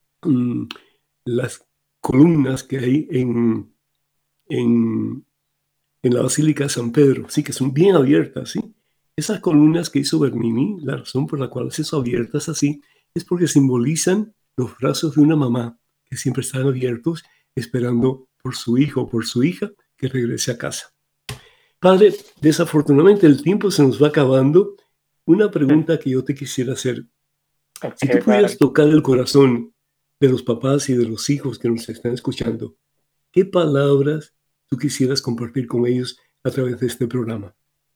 columnas que hay en la Basílica de San Pedro, sí, que son bien abiertas, ¿sí? Esas columnas que hizo Bernini, la razón por la cual las hizo abiertas así, es porque simbolizan los brazos de una mamá que siempre están abiertos esperando por su hijo o por su hija que regrese a casa. Padre, desafortunadamente el tiempo se nos va acabando. Una pregunta que yo te quisiera hacer. Si tú pudieras tocar el corazón de los papás y de los hijos que nos están escuchando, ¿qué palabras tú quisieras compartir con ellos a través de este programa?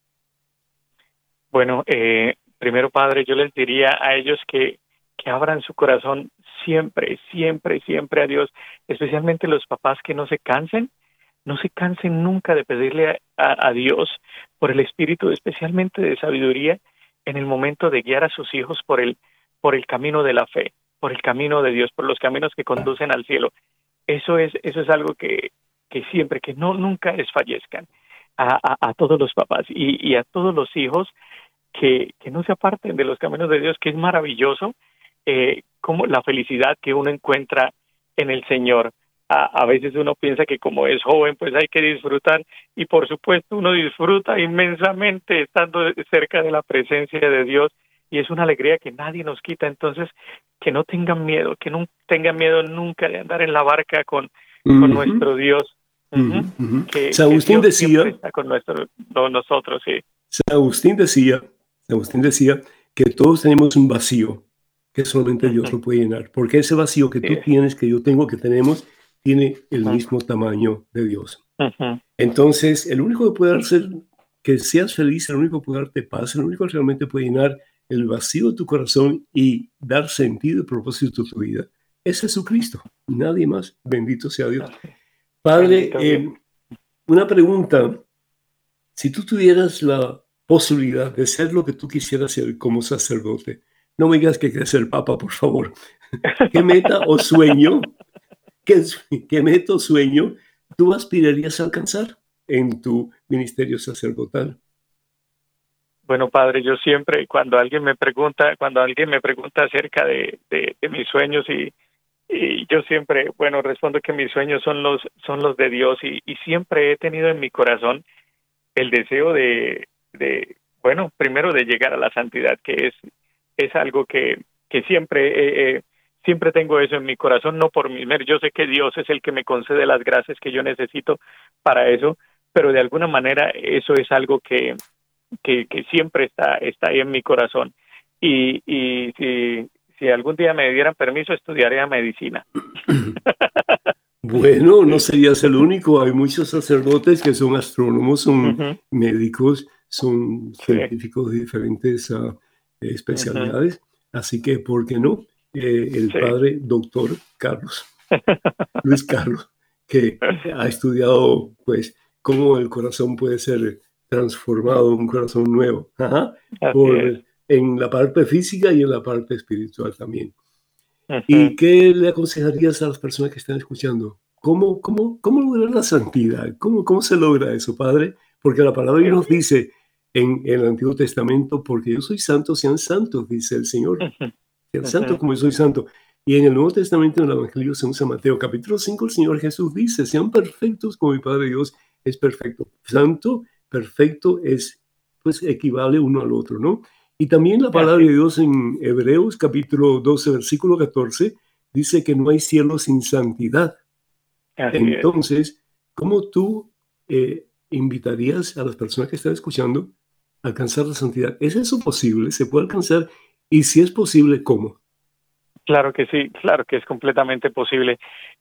Bueno, primero, Padre, yo les diría a ellos que abran su corazón siempre a Dios, especialmente los papás, que no se cansen nunca de pedirle a Dios por el espíritu, especialmente de sabiduría, en el momento de guiar a sus hijos por el camino de la fe, por el camino de Dios, por los caminos que conducen al cielo. Eso es algo que siempre, que nunca desfallezcan a todos los papás y a todos los hijos, que no se aparten de los caminos de Dios, que es maravilloso, como la felicidad que uno encuentra en el Señor. A veces uno piensa que como es joven, pues hay que disfrutar, y por supuesto uno disfruta inmensamente estando cerca de la presencia de Dios, y es una alegría que nadie nos quita. Entonces, que no tengan miedo, que no tengan miedo nunca de andar en la barca con nuestro Dios. Que San Agustín que Dios decía, está con nosotros, sí. San Agustín decía que todos tenemos un vacío que solamente Dios lo puede llenar, porque ese vacío que tú tienes, que yo tengo, que tenemos, tiene el mismo tamaño de Dios. Entonces, el único que puede hacer que seas feliz, el único que puede darte paz, el único que realmente puede llenar el vacío de tu corazón y dar sentido y propósito a tu vida, es Jesucristo, nadie más. Bendito sea Dios. Padre, una pregunta. Si tú tuvieras la posibilidad de ser lo que tú quisieras ser como sacerdote, no me digas que quieres ser papa, por favor. ¿Qué meta o sueño, qué meta o sueño tú aspirarías a alcanzar en tu ministerio sacerdotal? Bueno, padre, yo siempre, cuando alguien me pregunta acerca de mis sueños y yo siempre, bueno, respondo que mis sueños son los de Dios y siempre he tenido en mi corazón el deseo bueno, primero de llegar a la santidad, que es algo que siempre siempre tengo eso en mi corazón, no por mi mérito. Yo sé que Dios es el que me concede las gracias que yo necesito para eso, pero de alguna manera eso es algo que siempre está ahí en mi corazón. Y si algún día me dieran permiso, estudiaría medicina. Bueno, no serías el único. Hay muchos sacerdotes que son astrónomos, son médicos, son científicos de diferentes especialidades. Así que, ¿por qué no? El padre doctor Carlos, Luis Carlos, que ha estudiado, pues, cómo el corazón puede ser transformado, un corazón nuevo, en la parte física y en la parte espiritual también. ¿Y qué le aconsejarías a las personas que están escuchando? ¿Cómo lograr la santidad? ¿Cómo se logra eso, padre? Porque la palabra nos dice en el Antiguo Testamento, porque yo soy santo, sean santos, dice el Señor. Sean santos como yo soy santo. Y en el Nuevo Testamento, en el Evangelio según San Mateo, capítulo 5, el Señor Jesús dice, sean perfectos como mi Padre Dios es perfecto. Santo, perfecto, pues equivale uno al otro, ¿no? Y también la palabra de Dios en Hebreos, capítulo 12, versículo 14, dice que no hay cielo sin santidad. Entonces, ¿cómo tú invitarías a las personas que están escuchando a alcanzar la santidad? ¿Es eso posible? ¿Se puede alcanzar? Y si es posible, ¿cómo? Claro que sí, claro que es completamente posible.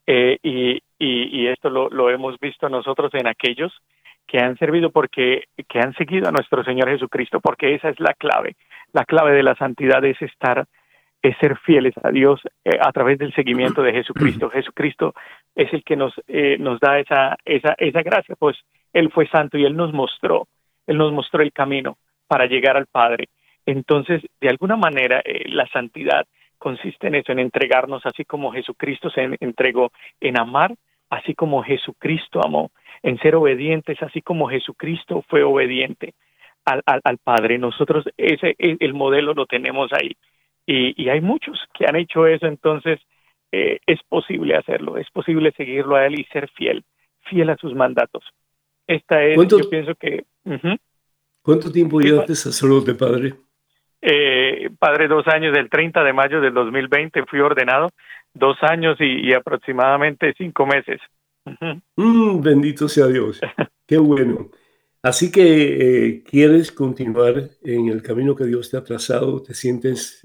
Y esto lo hemos visto nosotros en aquellos que han servido que han seguido a nuestro Señor Jesucristo, porque esa es la clave. La clave de la santidad es ser fieles a Dios a través del seguimiento de Jesucristo. Jesucristo es el que nos da esa gracia, pues Él fue santo y Él nos mostró el camino para llegar al Padre. Entonces, de alguna manera, la santidad consiste en eso, en entregarnos así como Jesucristo se entregó, en amar así como Jesucristo amó, en ser obedientes así como Jesucristo fue obediente al Padre. Nosotros el modelo lo tenemos ahí y hay muchos que han hecho eso. Entonces es posible hacerlo, es posible seguirlo a Él y ser fiel a sus mandatos. Yo pienso que... ¿Cuánto tiempo llevas de sacerdote, padre? Padre, 2 años. El 30 de mayo del 2020 fui ordenado, 2 años y aproximadamente 5 meses. Bendito sea Dios. Qué bueno. Así que quieres continuar en el camino que Dios te ha trazado, te sientes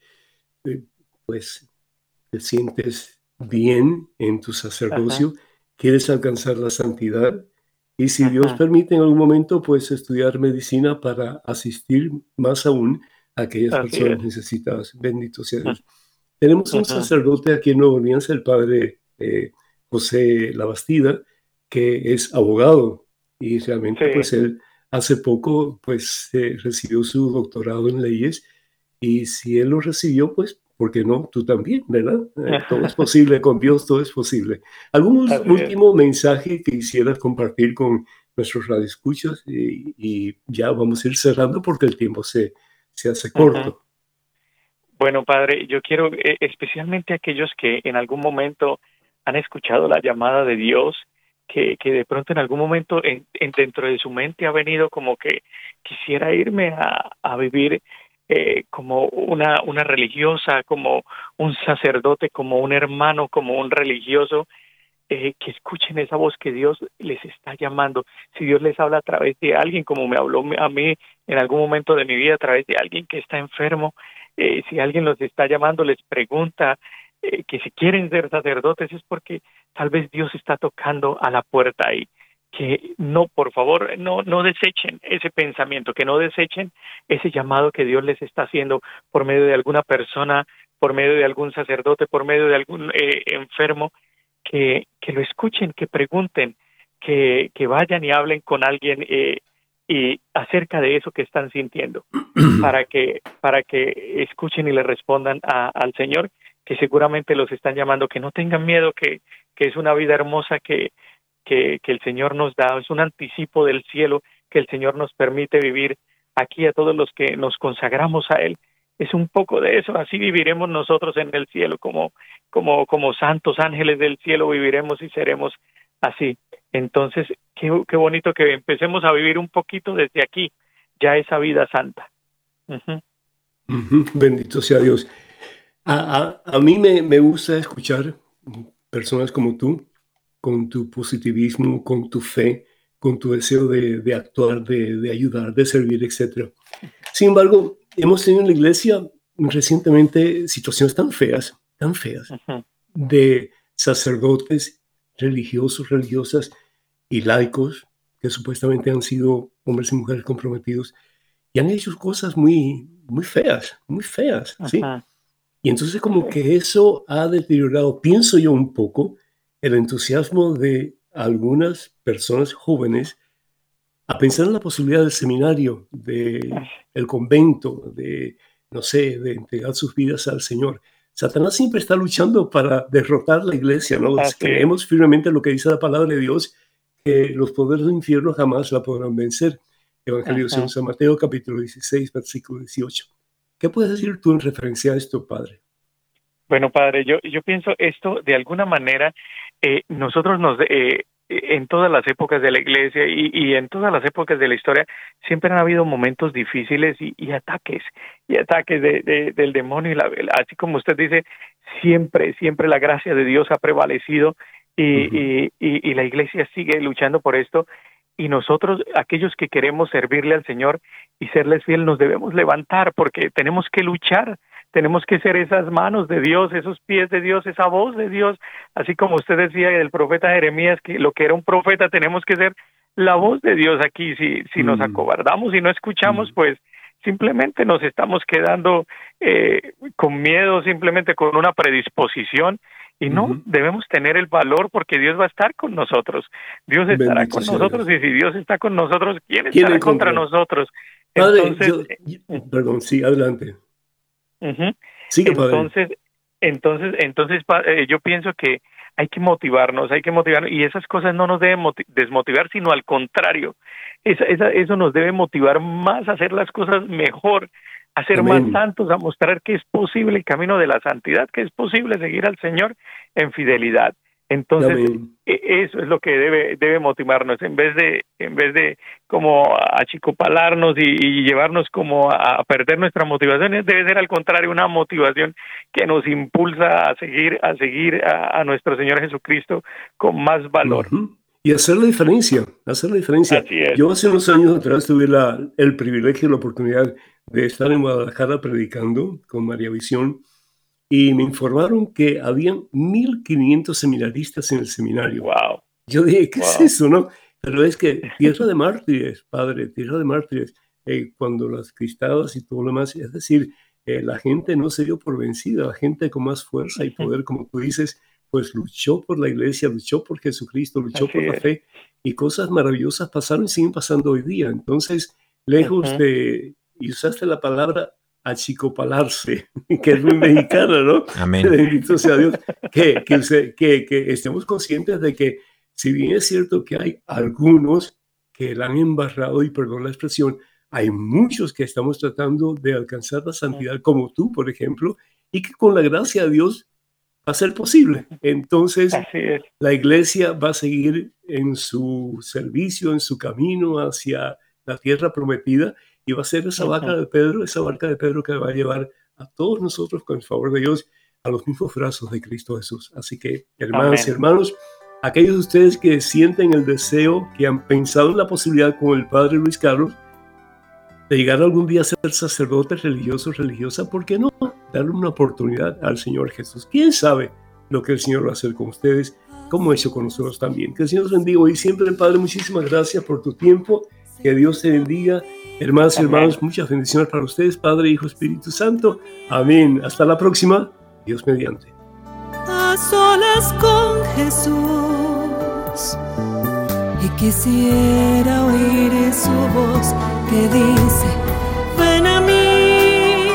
bien en tu sacerdocio, quieres alcanzar la santidad y si Dios permite en algún momento, pues estudiar medicina para asistir más aún a aquellas personas necesitadas. Bendito sea Dios. Tenemos un sacerdote aquí en Nueva Orleans, el padre José Labastida, que es abogado y realmente pues él hace poco pues recibió su doctorado en leyes y si él lo recibió pues ¿por qué no? Tú también, ¿verdad? Todo es posible, con Dios todo es posible. ¿Algún último mensaje que quisieras compartir con nuestros radioescuchas? Y ya vamos a ir cerrando porque el tiempo se hace corto. Bueno, padre, yo quiero especialmente aquellos que en algún momento han escuchado la llamada de Dios, que de pronto en algún momento dentro de su mente ha venido como que quisiera irme a vivir como una religiosa, como un sacerdote, como un hermano, como un religioso, que escuchen esa voz que Dios les está llamando. Si Dios les habla a través de alguien, como me habló a mí en algún momento de mi vida, a través de alguien que está enfermo, si alguien los está llamando, les pregunta que si quieren ser sacerdotes, es porque tal vez Dios está tocando a la puerta ahí. Que no, por favor, no desechen ese pensamiento, que no desechen ese llamado que Dios les está haciendo por medio de alguna persona, por medio de algún sacerdote, por medio de algún enfermo, que lo escuchen, que pregunten, que vayan y hablen con alguien y acerca de eso que están sintiendo, para que escuchen y le respondan al Señor, que seguramente los están llamando, que no tengan miedo, que es una vida hermosa que el Señor nos da, es un anticipo del cielo que el Señor nos permite vivir aquí a todos los que nos consagramos a Él. Es un poco de eso, así viviremos nosotros en el cielo, como santos ángeles del cielo viviremos y seremos así. Entonces, qué bonito que empecemos a vivir un poquito desde aquí, ya esa vida santa. Bendito sea Dios. A mí me gusta escuchar personas como tú, con tu positivismo, con tu fe, con tu deseo de actuar, de ayudar, de servir, etc. Sin embargo, hemos tenido en la iglesia recientemente situaciones tan feas, de sacerdotes religiosos, religiosas y laicos que supuestamente han sido hombres y mujeres comprometidos y han hecho cosas muy feas, ¿sí? Y entonces como que eso ha deteriorado, pienso yo un poco, el entusiasmo de algunas personas jóvenes a pensar en la posibilidad del seminario, del convento, de entregar sus vidas al Señor. Satanás siempre está luchando para derrotar la iglesia, ¿no? Creemos firmemente en lo que dice la palabra de Dios, que los poderes del infierno jamás la podrán vencer. Evangelio según San Mateo, capítulo 16, versículo 18. ¿Qué puedes decir tú en referencia a esto, Padre? Bueno, Padre, yo pienso esto de alguna manera, nosotros en todas las épocas de la iglesia y en todas las épocas de la historia siempre han habido momentos difíciles y ataques del demonio, así como usted dice, siempre la gracia de Dios ha prevalecido y la iglesia sigue luchando por esto. Y nosotros, aquellos que queremos servirle al Señor y serles fiel, nos debemos levantar porque tenemos que luchar, tenemos que ser esas manos de Dios, esos pies de Dios, esa voz de Dios. Así como usted decía del profeta Jeremías, que lo que era un profeta, tenemos que ser la voz de Dios aquí. Si nos acobardamos y no escuchamos, pues simplemente nos estamos quedando con miedo, simplemente con una predisposición. Y no, debemos tener el valor porque Dios va a estar con nosotros. Dios estará Bendito con nosotros Dios. Y si Dios está con nosotros, ¿quién estará contra nosotros? Padre, Entonces, perdón, sí, adelante. Sigue, Padre. Entonces, yo pienso que hay que motivarnos y esas cosas no nos deben desmotivar, sino al contrario. Eso nos debe motivar más a hacer las cosas mejor, a ser más santos, a mostrar que es posible el camino de la santidad, que es posible seguir al Señor en fidelidad. Entonces, eso es lo que debe motivarnos, en vez de como achicopalarnos y llevarnos como a perder nuestra motivación, debe ser al contrario una motivación que nos impulsa a seguir a nuestro Señor Jesucristo con más valor. Y hacer la diferencia. Así es. Yo hace unos años atrás tuve el privilegio y la oportunidad de estar en Guadalajara predicando con María Visión y me informaron que habían 1,500 seminaristas en el seminario. Wow. Yo dije, ¿qué es eso, no? Pero es que tierra de mártires, Padre, tierra de mártires, cuando las cristadas y todo lo demás, es decir, la gente no se dio por vencida, la gente con más fuerza y poder, como tú dices, pues luchó por la iglesia, luchó por Jesucristo, luchó por la fe, y cosas maravillosas pasaron y siguen pasando hoy día. Entonces, lejos de, y usaste la palabra achicopalarse, que es muy mexicana, ¿no? Amén. Bendito sea Dios. Que estemos conscientes de que, si bien es cierto que hay algunos que la han embarrado, y perdón la expresión, hay muchos que estamos tratando de alcanzar la santidad, como tú, por ejemplo, y que con la gracia de Dios va a ser posible. Entonces, la iglesia va a seguir en su servicio, en su camino hacia la tierra prometida, y va a ser esa barca de Pedro que va a llevar a todos nosotros, con el favor de Dios, a los mismos brazos de Cristo Jesús. Así que, hermanas y hermanos, aquellos de ustedes que sienten el deseo, que han pensado en la posibilidad con el Padre Luis Carlos de llegar algún día a ser sacerdote religioso, religiosa, ¿por qué no darle una oportunidad al Señor Jesús? ¿Quién sabe lo que el Señor va a hacer con ustedes, como ha hecho con nosotros también? Que el Señor los bendiga hoy siempre, Padre. Muchísimas gracias por tu tiempo. Que Dios te bendiga. Hermanas y hermanos, muchas bendiciones para ustedes, Padre, Hijo, Espíritu Santo. Amén. Hasta la próxima. Dios mediante. A solas con Jesús, y quisiera oír su voz que dice: ven a mí,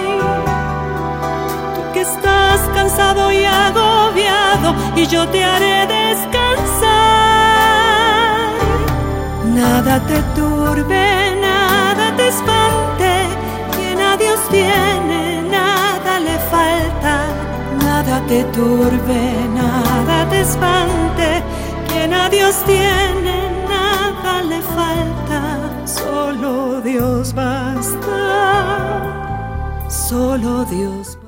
tú que estás cansado y agobiado, y yo te haré descansar. Nada te turbe, nada nada te espante, quien a Dios tiene, nada le falta. Nada te turbe, nada te espante, quien a Dios tiene, nada le falta. Solo Dios basta, solo Dios basta.